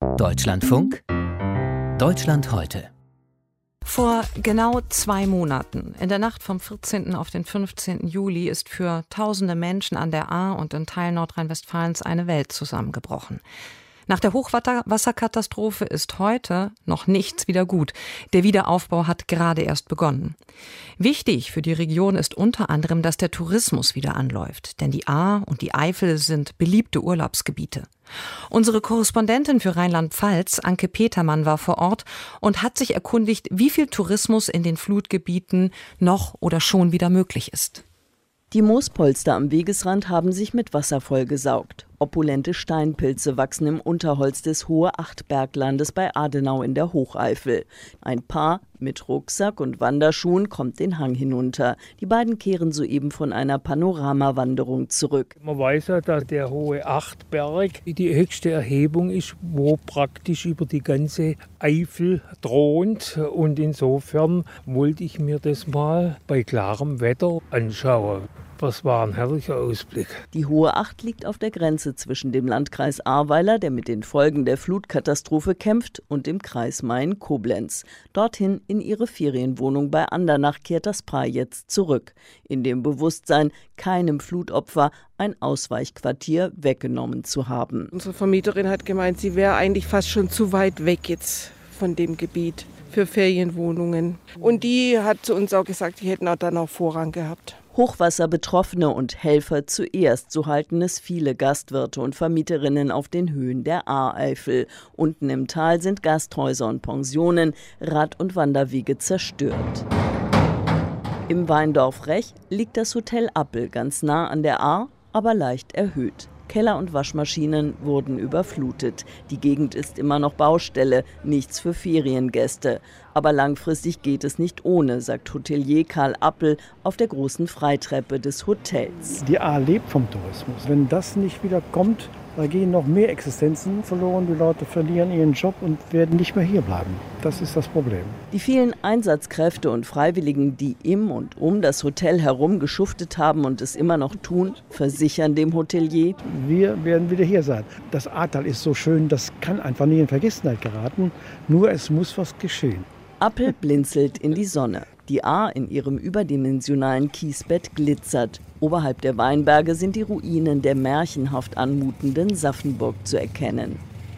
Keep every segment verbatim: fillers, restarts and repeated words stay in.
Deutschlandfunk Deutschland heute. Vor genau zwei Monaten, in der Nacht vom vierzehnten auf den fünfzehnten Juli, ist für tausende Menschen an der Ahr und in Teilen Nordrhein-Westfalens eine Welt zusammengebrochen. Nach der Hochwasserkatastrophe ist heute noch nichts wieder gut. Der Wiederaufbau hat gerade erst begonnen. Wichtig für die Region ist unter anderem, dass der Tourismus wieder anläuft. Denn die Ahr und die Eifel sind beliebte Urlaubsgebiete. Unsere Korrespondentin für Rheinland-Pfalz, Anke Petermann, war vor Ort und hat sich erkundigt, wie viel Tourismus in den Flutgebieten noch oder schon wieder möglich ist. Die Moospolster am Wegesrand haben sich mit Wasser vollgesaugt. Opulente Steinpilze wachsen im Unterholz des Hohe-Acht-Berglandes bei Adenau in der Hocheifel. Ein Paar mit Rucksack und Wanderschuhen kommt den Hang hinunter. Die beiden kehren soeben von einer Panoramawanderung zurück. Man weiß ja, dass der Hohe-Acht-Berg die höchste Erhebung ist, wo praktisch über die ganze Eifel thront. Und insofern wollte ich mir das mal bei klarem Wetter anschauen. Das war ein herrlicher Ausblick. Die Hohe Acht liegt auf der Grenze zwischen dem Landkreis Ahrweiler, der mit den Folgen der Flutkatastrophe kämpft, und dem Kreis Main-Koblenz. Dorthin in ihre Ferienwohnung bei Andernach kehrt das Paar jetzt zurück. In dem Bewusstsein, keinem Flutopfer ein Ausweichquartier weggenommen zu haben. Unsere Vermieterin hat gemeint, sie wäre eigentlich fast schon zu weit weg jetzt von dem Gebiet für Ferienwohnungen. Und die hat zu uns auch gesagt, die hätten auch dann auch Vorrang gehabt. Hochwasserbetroffene und Helfer zuerst, so halten es viele Gastwirte und Vermieterinnen auf den Höhen der Ahreifel. Unten im Tal sind Gasthäuser und Pensionen, Rad- und Wanderwege zerstört. Im Weindorf Rech liegt das Hotel Appel ganz nah an der Ahr, aber leicht erhöht. Keller und Waschmaschinen wurden überflutet. Die Gegend ist immer noch Baustelle, nichts für Feriengäste. Aber langfristig geht es nicht ohne, sagt Hotelier Karl Appel auf der großen Freitreppe des Hotels. Die Ahr lebt vom Tourismus. Wenn das nicht wieder kommt, da gehen noch mehr Existenzen verloren. Die Leute verlieren ihren Job und werden nicht mehr hier bleiben. Das ist das Problem. Die vielen Einsatzkräfte und Freiwilligen, die im und um das Hotel herum geschuftet haben und es immer noch tun, versichern dem Hotelier: Wir werden wieder hier sein. Das Ahrtal ist so schön, das kann einfach nie in Vergessenheit geraten. Nur es muss was geschehen. Appel blinzelt in die Sonne. Die Ahr in ihrem überdimensionalen Kiesbett glitzert. Oberhalb der Weinberge sind die Ruinen der märchenhaft anmutenden Saffenburg zu erkennen.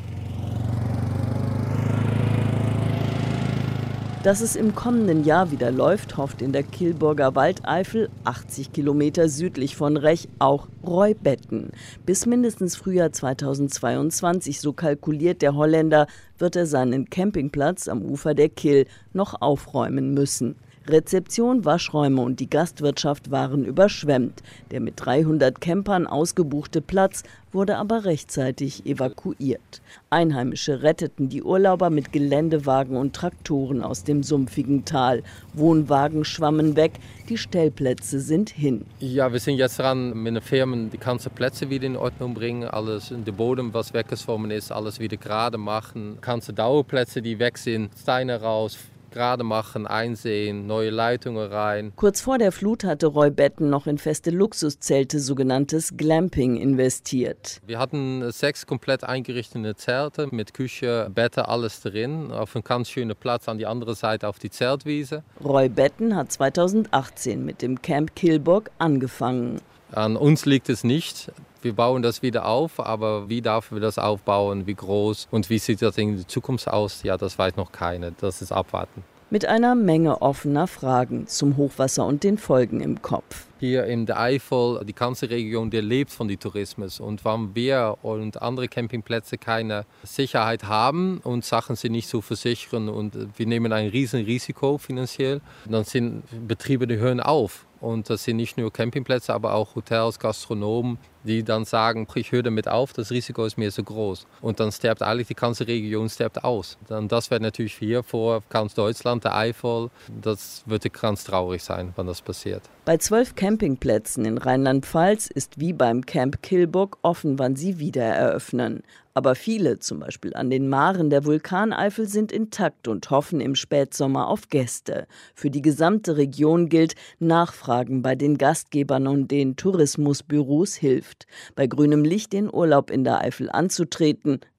Dass es im kommenden Jahr wieder läuft, hofft in der Kilburger Waldeifel, achtzig Kilometer südlich von Rech, auch Roy Betten. Bis mindestens Frühjahr zweitausendzweiundzwanzig, so kalkuliert der Holländer, wird er seinen Campingplatz am Ufer der Kil noch aufräumen müssen. Rezeption, Waschräume und die Gastwirtschaft waren überschwemmt. Der mit dreihundert Campern ausgebuchte Platz wurde aber rechtzeitig evakuiert. Einheimische retteten die Urlauber mit Geländewagen und Traktoren aus dem sumpfigen Tal. Wohnwagen schwammen weg, die Stellplätze sind hin. Ja, wir sind jetzt dran mit den Firmen, die ganzen Plätze wieder in Ordnung bringen. Alles in den Boden, was weggeschwommen ist, alles wieder gerade machen. Ganze Dauerplätze, die weg sind, Steine raus, gerade machen, einsehen, neue Leitungen rein. Kurz vor der Flut hatte Roy Betten noch in feste Luxuszelte, sogenanntes Glamping, investiert. Wir hatten sechs komplett eingerichtete Zelte mit Küche, Bette, alles drin. Auf einem ganz schönen Platz an die andere Seite auf die Zeltwiese. Roy Betten hat zweitausendachtzehn mit dem Camp Kilburg angefangen. An uns liegt es nicht. Wir bauen das wieder auf, aber wie darf wir das aufbauen, wie groß und wie sieht das in der Zukunft aus, ja, das weiß noch keiner. Das ist abwarten. Mit einer Menge offener Fragen zum Hochwasser und den Folgen im Kopf. Hier in der Eifel, die ganze Region, die lebt von dem Tourismus. Und wenn wir und andere Campingplätze keine Sicherheit haben und Sachen sind nicht zu versichern und wir nehmen ein riesen Risiko finanziell, dann sind Betriebe, die hören auf. Und das sind nicht nur Campingplätze, aber auch Hotels, Gastronomen, die dann sagen, ich höre damit auf, das Risiko ist mir so groß. Und dann stirbt eigentlich die ganze Region stirbt aus. Dann das wird natürlich hier vor ganz Deutschland, der Eifel, das würde ganz traurig sein, wenn das passiert. Bei zwölf Campingplätzen in Rheinland-Pfalz ist wie beim Camp Kilburg offen, wann sie wieder eröffnen. Aber viele, zum Beispiel an den Maren der Vulkaneifel, sind intakt und hoffen im Spätsommer auf Gäste. Für die gesamte Region gilt, Nachfragen bei den Gastgebern und den Tourismusbüros hilft. Bei grünem Licht den Urlaub in der Eifel anzutreten,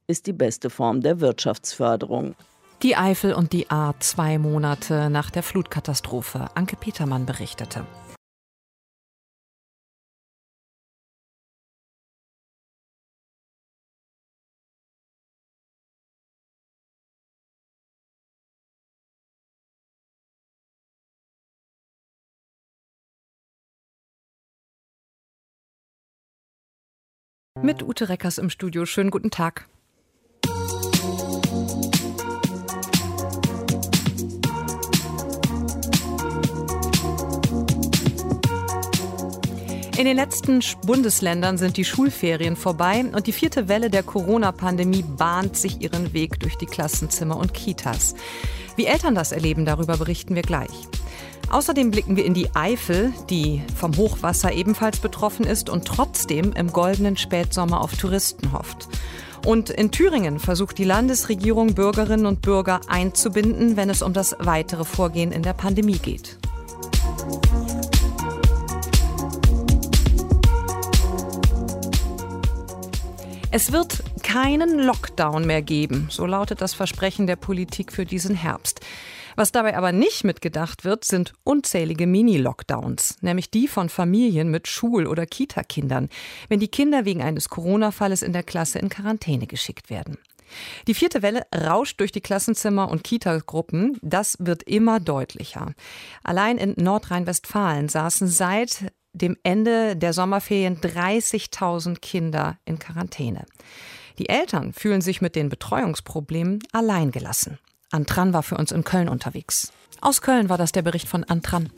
ist die beste Form der Wirtschaftsförderung. Die Eifel und die Ahr zwei Monate nach der Flutkatastrophe. Anke Petermann berichtete. Mit Ute Reckers im Studio. Schönen guten Tag. In den letzten Bundesländern sind die Schulferien vorbei und die vierte Welle der Corona-Pandemie bahnt sich ihren Weg durch die Klassenzimmer und Kitas. Wie Eltern das erleben, darüber berichten wir gleich. Außerdem blicken wir in die Eifel, die vom Hochwasser ebenfalls betroffen ist und trotzdem im goldenen Spätsommer auf Touristen hofft. Und in Thüringen versucht die Landesregierung, Bürgerinnen und Bürger einzubinden, wenn es um das weitere Vorgehen in der Pandemie geht. Es wird keinen Lockdown mehr geben, so lautet das Versprechen der Politik für diesen Herbst. Was dabei aber nicht mitgedacht wird, sind unzählige Mini-Lockdowns, nämlich die von Familien mit Schul- oder Kita-Kindern, wenn die Kinder wegen eines Corona-Falles in der Klasse in Quarantäne geschickt werden. Die vierte Welle rauscht durch die Klassenzimmer und Kita-Gruppen, das wird immer deutlicher. Allein in Nordrhein-Westfalen saßen seit dem Ende der Sommerferien dreißigtausend Kinder in Quarantäne. Die Eltern fühlen sich mit den Betreuungsproblemen alleingelassen. Antran war für uns in Köln unterwegs. Aus Köln war das der Bericht von Antran.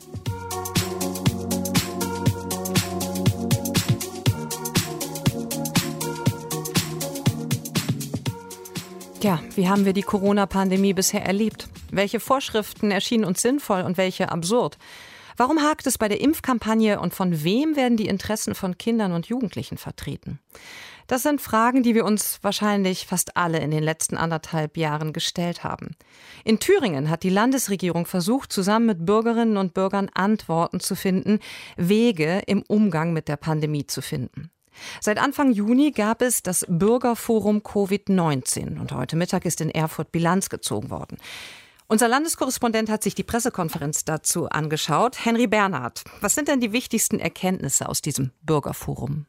Ja, wie haben wir die Corona-Pandemie bisher erlebt? Welche Vorschriften erschienen uns sinnvoll und welche absurd? Warum hakt es bei der Impfkampagne und von wem werden die Interessen von Kindern und Jugendlichen vertreten? Das sind Fragen, die wir uns wahrscheinlich fast alle in den letzten anderthalb Jahren gestellt haben. In Thüringen hat die Landesregierung versucht, zusammen mit Bürgerinnen und Bürgern Antworten zu finden, Wege im Umgang mit der Pandemie zu finden. Seit Anfang Juni gab es das Bürgerforum Covid neunzehn und heute Mittag ist in Erfurt Bilanz gezogen worden. Unser Landeskorrespondent hat sich die Pressekonferenz dazu angeschaut. Henry Bernhard, was sind denn die wichtigsten Erkenntnisse aus diesem Bürgerforum?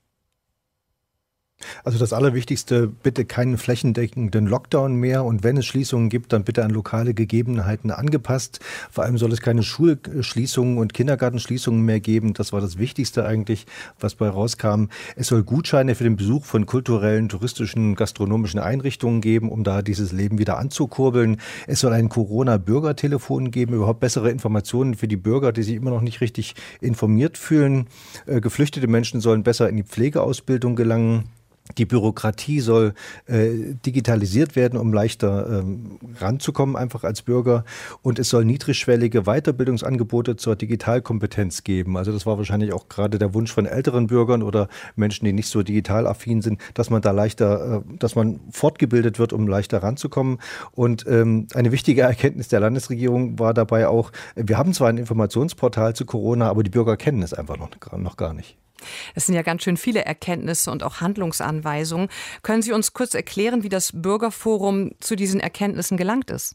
Also das Allerwichtigste, bitte keinen flächendeckenden Lockdown mehr und wenn es Schließungen gibt, dann bitte an lokale Gegebenheiten angepasst. Vor allem soll es keine Schulschließungen und Kindergartenschließungen mehr geben. Das war das Wichtigste eigentlich, was bei rauskam. Es soll Gutscheine für den Besuch von kulturellen, touristischen, gastronomischen Einrichtungen geben, um da dieses Leben wieder anzukurbeln. Es soll ein Corona-Bürgertelefon geben, überhaupt bessere Informationen für die Bürger, die sich immer noch nicht richtig informiert fühlen. Äh, geflüchtete Menschen sollen besser in die Pflegeausbildung gelangen. Die Bürokratie soll äh, digitalisiert werden, um leichter ähm, ranzukommen, einfach als Bürger. Und es soll niedrigschwellige Weiterbildungsangebote zur Digitalkompetenz geben. Also das war wahrscheinlich auch gerade der Wunsch von älteren Bürgern oder Menschen, die nicht so digital affin sind, dass man da leichter, äh, dass man fortgebildet wird, um leichter ranzukommen. Und ähm, eine wichtige Erkenntnis der Landesregierung war dabei auch, wir haben zwar ein Informationsportal zu Corona, aber die Bürger kennen es einfach noch, noch gar nicht. Es sind ja ganz schön viele Erkenntnisse und auch Handlungsanweisungen. Können Sie uns kurz erklären, wie das Bürgerforum zu diesen Erkenntnissen gelangt ist?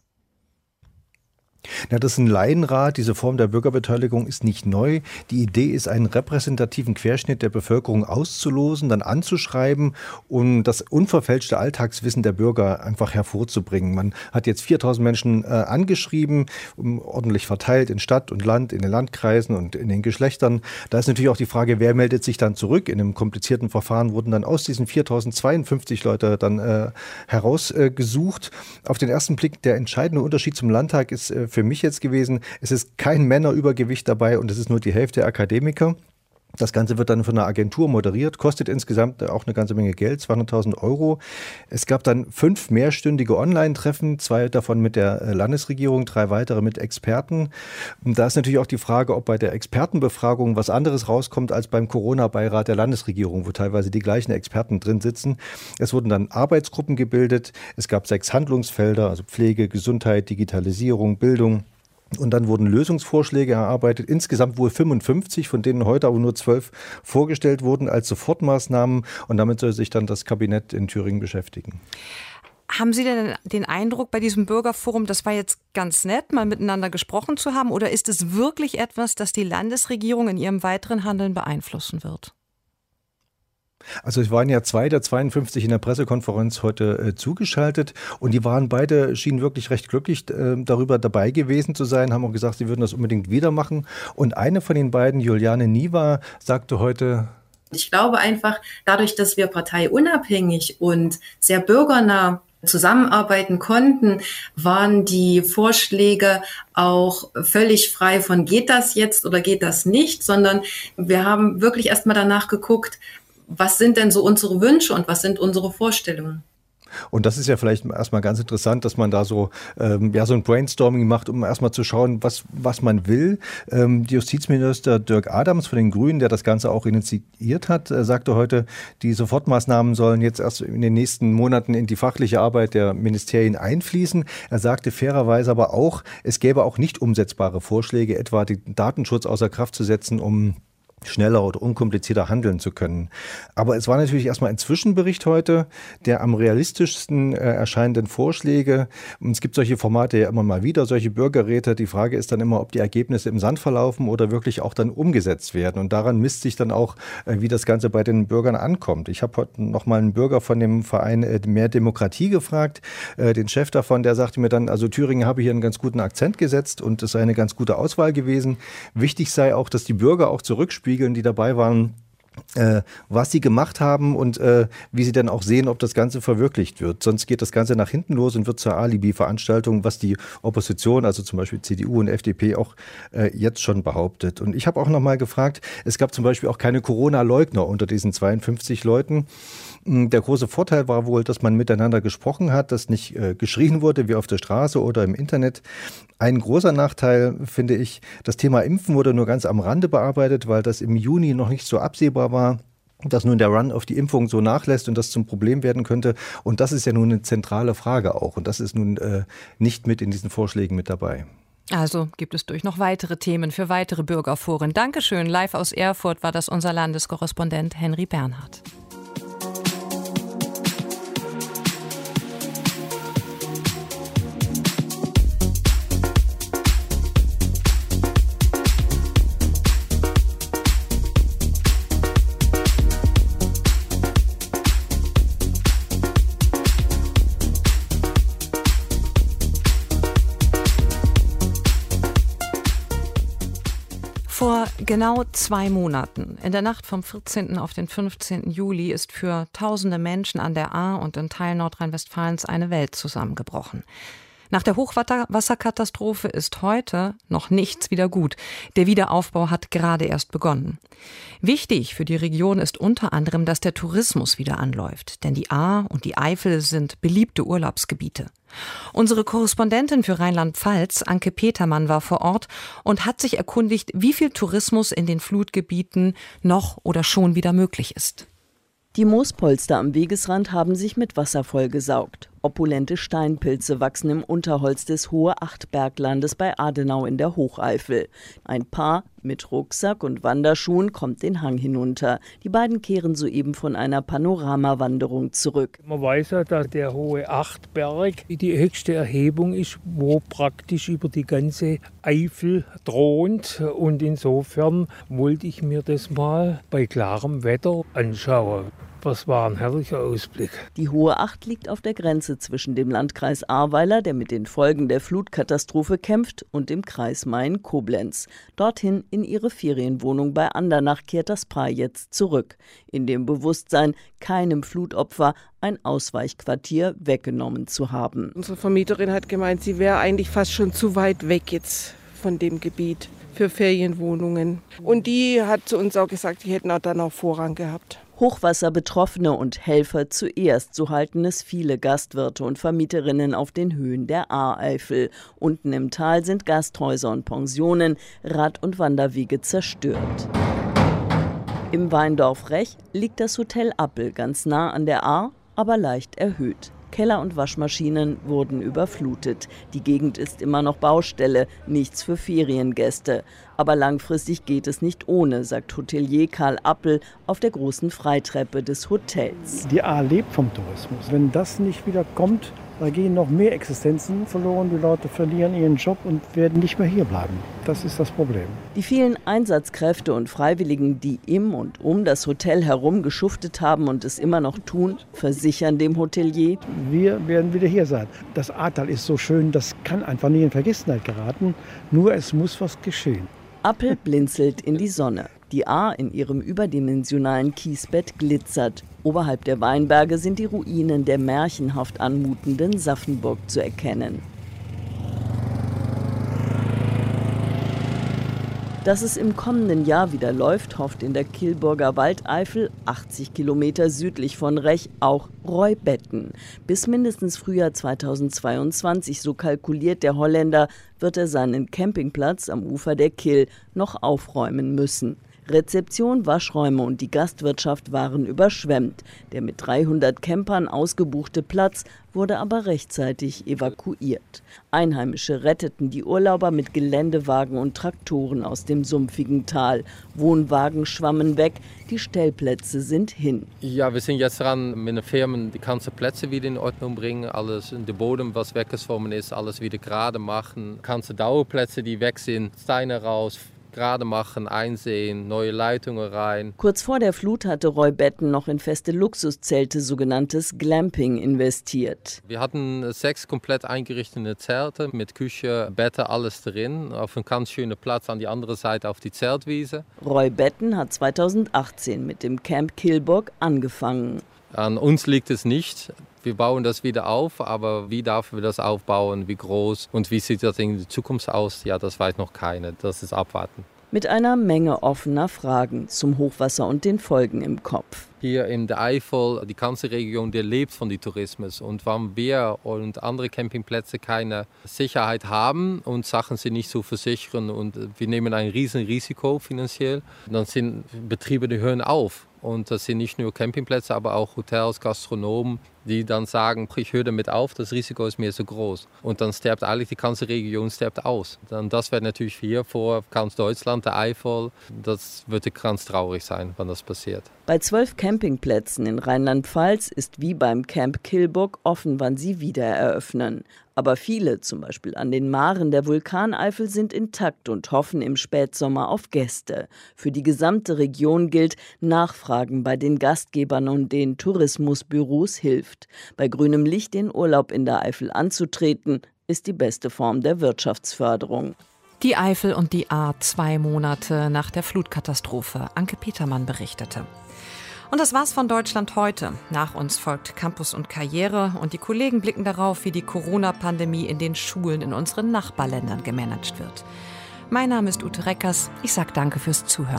Ja, das ist ein Laienrat. Diese Form der Bürgerbeteiligung ist nicht neu. Die Idee ist, einen repräsentativen Querschnitt der Bevölkerung auszulosen, dann anzuschreiben, um das unverfälschte Alltagswissen der Bürger einfach hervorzubringen. Man hat jetzt viertausend Menschen äh, angeschrieben, um, ordentlich verteilt in Stadt und Land, in den Landkreisen und in den Geschlechtern. Da ist natürlich auch die Frage, wer meldet sich dann zurück? In einem komplizierten Verfahren wurden dann aus diesen viertausendzweiundfünfzig Leute dann äh, herausgesucht. Äh, Auf den ersten Blick der entscheidende Unterschied zum Landtag ist äh, für mich jetzt gewesen, es ist kein Männerübergewicht dabei und es ist nur die Hälfte Akademiker. Das Ganze wird dann von einer Agentur moderiert, kostet insgesamt auch eine ganze Menge Geld, zweihunderttausend Euro. Es gab dann fünf mehrstündige Online-Treffen, zwei davon mit der Landesregierung, drei weitere mit Experten. Und da ist natürlich auch die Frage, ob bei der Expertenbefragung was anderes rauskommt als beim Corona-Beirat der Landesregierung, wo teilweise die gleichen Experten drin sitzen. Es wurden dann Arbeitsgruppen gebildet, es gab sechs Handlungsfelder, also Pflege, Gesundheit, Digitalisierung, Bildung. Und dann wurden Lösungsvorschläge erarbeitet, insgesamt wohl fünfundfünfzig, von denen heute aber nur zwölf vorgestellt wurden als Sofortmaßnahmen. Und damit soll sich dann das Kabinett in Thüringen beschäftigen. Haben Sie denn den Eindruck bei diesem Bürgerforum, das war jetzt ganz nett, mal miteinander gesprochen zu haben, oder ist es wirklich etwas, das die Landesregierung in ihrem weiteren Handeln beeinflussen wird? Also es waren ja zwei der zweiundfünfzig in der Pressekonferenz heute äh, zugeschaltet und die waren beide, schienen wirklich recht glücklich äh, darüber dabei gewesen zu sein, haben auch gesagt, sie würden das unbedingt wieder machen. Und eine von den beiden, Juliane Niwa, sagte heute: Ich glaube einfach, dadurch, dass wir parteiunabhängig und sehr bürgernah zusammenarbeiten konnten, waren die Vorschläge auch völlig frei von geht das jetzt oder geht das nicht, sondern wir haben wirklich erstmal danach geguckt, was sind denn so unsere Wünsche und was sind unsere Vorstellungen. Und das ist ja vielleicht erstmal ganz interessant, dass man da so, ähm, ja, so ein Brainstorming macht, um erstmal zu schauen, was, was man will. Ähm, Justizminister Dirk Adams von den Grünen, der das Ganze auch initiiert hat, äh, sagte heute, die Sofortmaßnahmen sollen jetzt erst in den nächsten Monaten in die fachliche Arbeit der Ministerien einfließen. Er sagte fairerweise aber auch, es gäbe auch nicht umsetzbare Vorschläge, etwa den Datenschutz außer Kraft zu setzen, um schneller oder unkomplizierter handeln zu können. Aber es war natürlich erstmal ein Zwischenbericht heute, der am realistischsten äh, erscheinenden Vorschläge. Und es gibt solche Formate ja immer mal wieder, solche Bürgerräte. Die Frage ist dann immer, ob die Ergebnisse im Sand verlaufen oder wirklich auch dann umgesetzt werden. Und daran misst sich dann auch, äh, wie das Ganze bei den Bürgern ankommt. Ich habe heute noch mal einen Bürger von dem Verein äh, Mehr Demokratie gefragt, äh, den Chef davon, der sagte mir dann, also Thüringen habe hier einen ganz guten Akzent gesetzt und es sei eine ganz gute Auswahl gewesen. Wichtig sei auch, dass die Bürger auch zurückspiegeln, die dabei waren, äh, was sie gemacht haben und äh, wie sie dann auch sehen, ob das Ganze verwirklicht wird. Sonst geht das Ganze nach hinten los und wird zur Alibi-Veranstaltung, was die Opposition, also zum Beispiel C D U und F D P, auch äh, jetzt schon behauptet. Und ich habe auch noch mal gefragt, es gab zum Beispiel auch keine Corona-Leugner unter diesen zweiundfünfzig Leuten. Der große Vorteil war wohl, dass man miteinander gesprochen hat, dass nicht äh, geschrien wurde wie auf der Straße oder im Internet. Ein großer Nachteil, finde ich, das Thema Impfen wurde nur ganz am Rande bearbeitet, weil das im Juni noch nicht so absehbar war, dass nun der Run auf die Impfung so nachlässt und das zum Problem werden könnte. Und das ist ja nun eine zentrale Frage auch. Und das ist nun äh, nicht mit in diesen Vorschlägen mit dabei. Also gibt es durch noch weitere Themen für weitere Bürgerforen. Dankeschön. Live aus Erfurt war das unser Landeskorrespondent Henry Bernhard. Vor genau zwei Monaten, in der Nacht vom vierzehnten auf den fünfzehnten Juli, ist für tausende Menschen an der Ahr und in Teilen Nordrhein-Westfalens eine Welt zusammengebrochen. Nach der Hochwasserkatastrophe ist heute noch nichts wieder gut. Der Wiederaufbau hat gerade erst begonnen. Wichtig für die Region ist unter anderem, dass der Tourismus wieder anläuft. Denn die Ahr und die Eifel sind beliebte Urlaubsgebiete. Unsere Korrespondentin für Rheinland-Pfalz, Anke Petermann, war vor Ort und hat sich erkundigt, wie viel Tourismus in den Flutgebieten noch oder schon wieder möglich ist. Die Moospolster am Wegesrand haben sich mit Wasser vollgesaugt. Opulente Steinpilze wachsen im Unterholz des Hohe-Acht-Berglandes bei Adenau in der Hocheifel. Ein Paar mit Rucksack und Wanderschuhen kommt den Hang hinunter. Die beiden kehren soeben von einer Panoramawanderung zurück. Man weiß ja, dass der Hohe-Acht-Berg die höchste Erhebung ist, wo praktisch über die ganze Eifel thront. Und insofern wollte ich mir das mal bei klarem Wetter anschauen. Das war ein herrlicher Ausblick. Die Hohe Acht liegt auf der Grenze zwischen dem Landkreis Ahrweiler, der mit den Folgen der Flutkatastrophe kämpft, und dem Kreis Main-Koblenz. Dorthin in ihre Ferienwohnung bei Andernach kehrt das Paar jetzt zurück. In dem Bewusstsein, keinem Flutopfer ein Ausweichquartier weggenommen zu haben. Unsere Vermieterin hat gemeint, sie wäre eigentlich fast schon zu weit weg jetzt von dem Gebiet für Ferienwohnungen. Und die hat zu uns auch gesagt, die hätten auch dann auch Vorrang gehabt. Hochwasserbetroffene und Helfer zuerst, so halten es viele Gastwirte und Vermieterinnen auf den Höhen der Ahreifel. Unten im Tal sind Gasthäuser und Pensionen, Rad- und Wanderwege zerstört. Im Weindorf Rech liegt das Hotel Appel ganz nah an der Ahr, aber leicht erhöht. Keller und Waschmaschinen wurden überflutet. Die Gegend ist immer noch Baustelle, nichts für Feriengäste. Aber langfristig geht es nicht ohne, sagt Hotelier Karl Appel auf der großen Freitreppe des Hotels. Die Ahr lebt vom Tourismus. Wenn das nicht wieder kommt, da gehen noch mehr Existenzen verloren. Die Leute verlieren ihren Job und werden nicht mehr hier bleiben. Das ist das Problem. Die vielen Einsatzkräfte und Freiwilligen, die im und um das Hotel herum geschuftet haben und es immer noch tun, versichern dem Hotelier: Wir werden wieder hier sein. Das Ahrtal ist so schön, das kann einfach nie in Vergessenheit geraten. Nur es muss was geschehen. Appel blinzelt in die Sonne. Die Ahr in ihrem überdimensionalen Kiesbett glitzert. Oberhalb der Weinberge sind die Ruinen der märchenhaft anmutenden Saffenburg zu erkennen. Dass es im kommenden Jahr wieder läuft, hofft in der Kilburger Waldeifel, achtzig Kilometer südlich von Rech, auch Roy Betten. Bis mindestens Frühjahr zweitausendzweiundzwanzig, so kalkuliert der Holländer, wird er seinen Campingplatz am Ufer der Kil noch aufräumen müssen. Rezeption, Waschräume und die Gastwirtschaft waren überschwemmt. Der mit dreihundert Campern ausgebuchte Platz wurde aber rechtzeitig evakuiert. Einheimische retteten die Urlauber mit Geländewagen und Traktoren aus dem sumpfigen Tal. Wohnwagen schwammen weg, die Stellplätze sind hin. Ja, wir sind jetzt dran, mit den Firmen die ganzen Plätze wieder in Ordnung bringen. Alles in den Boden, was weggeschwommen ist, alles wieder gerade machen. Ganze Dauerplätze, die weg sind, Steine raus, gerade machen, einsehen, neue Leitungen rein. Kurz vor der Flut hatte Roy Betten noch in feste Luxuszelte, sogenanntes Glamping, investiert. Wir hatten sechs komplett eingerichtete Zelte mit Küche, Bette, alles drin. Auf einem ganz schönen Platz an die andere Seite auf die Zeltwiese. Roy Betten hat zweitausendachtzehn mit dem Camp Kilburg angefangen. An uns liegt es nicht. Wir bauen das wieder auf, aber wie darf wir das aufbauen, wie groß und wie sieht das in der Zukunft aus? Ja, das weiß noch keiner. Das ist abwarten. Mit einer Menge offener Fragen zum Hochwasser und den Folgen im Kopf. Hier in der Eifel, die ganze Region, die lebt von dem Tourismus. Und wenn wir und andere Campingplätze keine Sicherheit haben und Sachen sind nicht zu versichern und wir nehmen ein riesen Risiko finanziell, dann sind Betriebe, die hören auf. Und das sind nicht nur Campingplätze, aber auch Hotels, Gastronomen, die dann sagen, ich höre damit auf, das Risiko ist mir so groß. Und dann stirbt eigentlich die ganze Region stirbt aus. Dann das wird natürlich hier vor ganz Deutschland, der Eifel, das würde ganz traurig sein, wenn das passiert. Bei zwölf Campingplätzen in Rheinland-Pfalz ist wie beim Camp Kilburg offen, wann sie wieder eröffnen. Aber viele, zum Beispiel an den Maren der Vulkaneifel, sind intakt und hoffen im Spätsommer auf Gäste. Für die gesamte Region gilt, Nachfragen bei den Gastgebern und den Tourismusbüros hilft. Bei grünem Licht den Urlaub in der Eifel anzutreten, ist die beste Form der Wirtschaftsförderung. Die Eifel und die Ahr zwei Monate nach der Flutkatastrophe. Anke Petermann berichtete. Und das war's von Deutschland heute. Nach uns folgt Campus und Karriere und die Kollegen blicken darauf, wie die Corona-Pandemie in den Schulen in unseren Nachbarländern gemanagt wird. Mein Name ist Ute Reckers. Ich sage danke fürs Zuhören.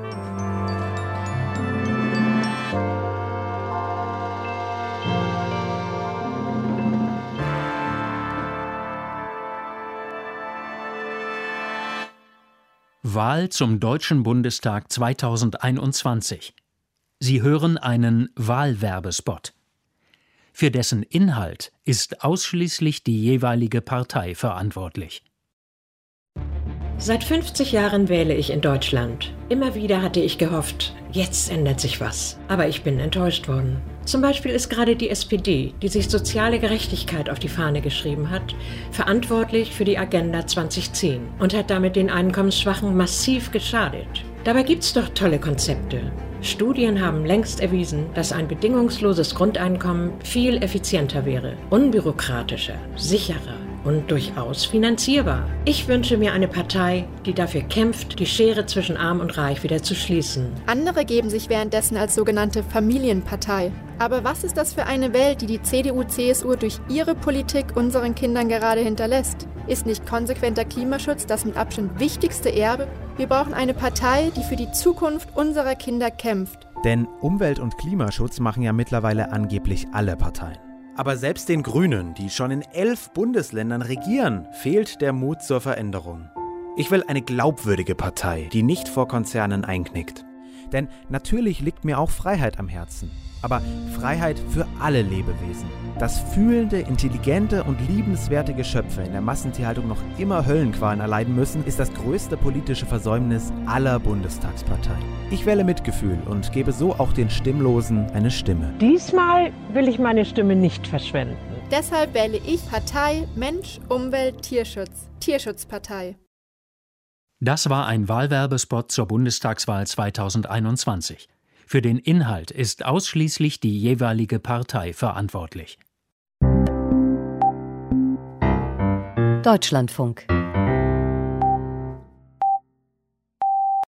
Wahl zum Deutschen Bundestag zweitausendeinundzwanzig. Sie hören einen Wahlwerbespot. Für dessen Inhalt ist ausschließlich die jeweilige Partei verantwortlich. Seit fünfzig Jahren wähle ich in Deutschland. Immer wieder hatte ich gehofft, jetzt ändert sich was. Aber ich bin enttäuscht worden. Zum Beispiel ist gerade die S P D, die sich soziale Gerechtigkeit auf die Fahne geschrieben hat, verantwortlich für die Agenda zwanzig zehn und hat damit den Einkommensschwachen massiv geschadet. Dabei gibt's doch tolle Konzepte. Studien haben längst erwiesen, dass ein bedingungsloses Grundeinkommen viel effizienter wäre, unbürokratischer, sicherer und durchaus finanzierbar. Ich wünsche mir eine Partei, die dafür kämpft, die Schere zwischen Arm und Reich wieder zu schließen. Andere geben sich währenddessen als sogenannte Familienpartei. Aber was ist das für eine Welt, die die C D U C S U durch ihre Politik unseren Kindern gerade hinterlässt? Ist nicht konsequenter Klimaschutz das mit Abstand wichtigste Erbe? Wir brauchen eine Partei, die für die Zukunft unserer Kinder kämpft. Denn Umwelt- und Klimaschutz machen ja mittlerweile angeblich alle Parteien. Aber selbst den Grünen, die schon in elf Bundesländern regieren, fehlt der Mut zur Veränderung. Ich will eine glaubwürdige Partei, die nicht vor Konzernen einknickt. Denn natürlich liegt mir auch Freiheit am Herzen. Aber Freiheit für alle Lebewesen. Dass fühlende, intelligente und liebenswerte Geschöpfe in der Massentierhaltung noch immer Höllenqualen erleiden müssen, ist das größte politische Versäumnis aller Bundestagsparteien. Ich wähle Mitgefühl und gebe so auch den Stimmlosen eine Stimme. Diesmal will ich meine Stimme nicht verschwenden. Deshalb wähle ich Partei Mensch, Umwelt, Tierschutz. Tierschutzpartei. Das war ein Wahlwerbespot zur Bundestagswahl zweitausendeinundzwanzig. Für den Inhalt ist ausschließlich die jeweilige Partei verantwortlich. Deutschlandfunk.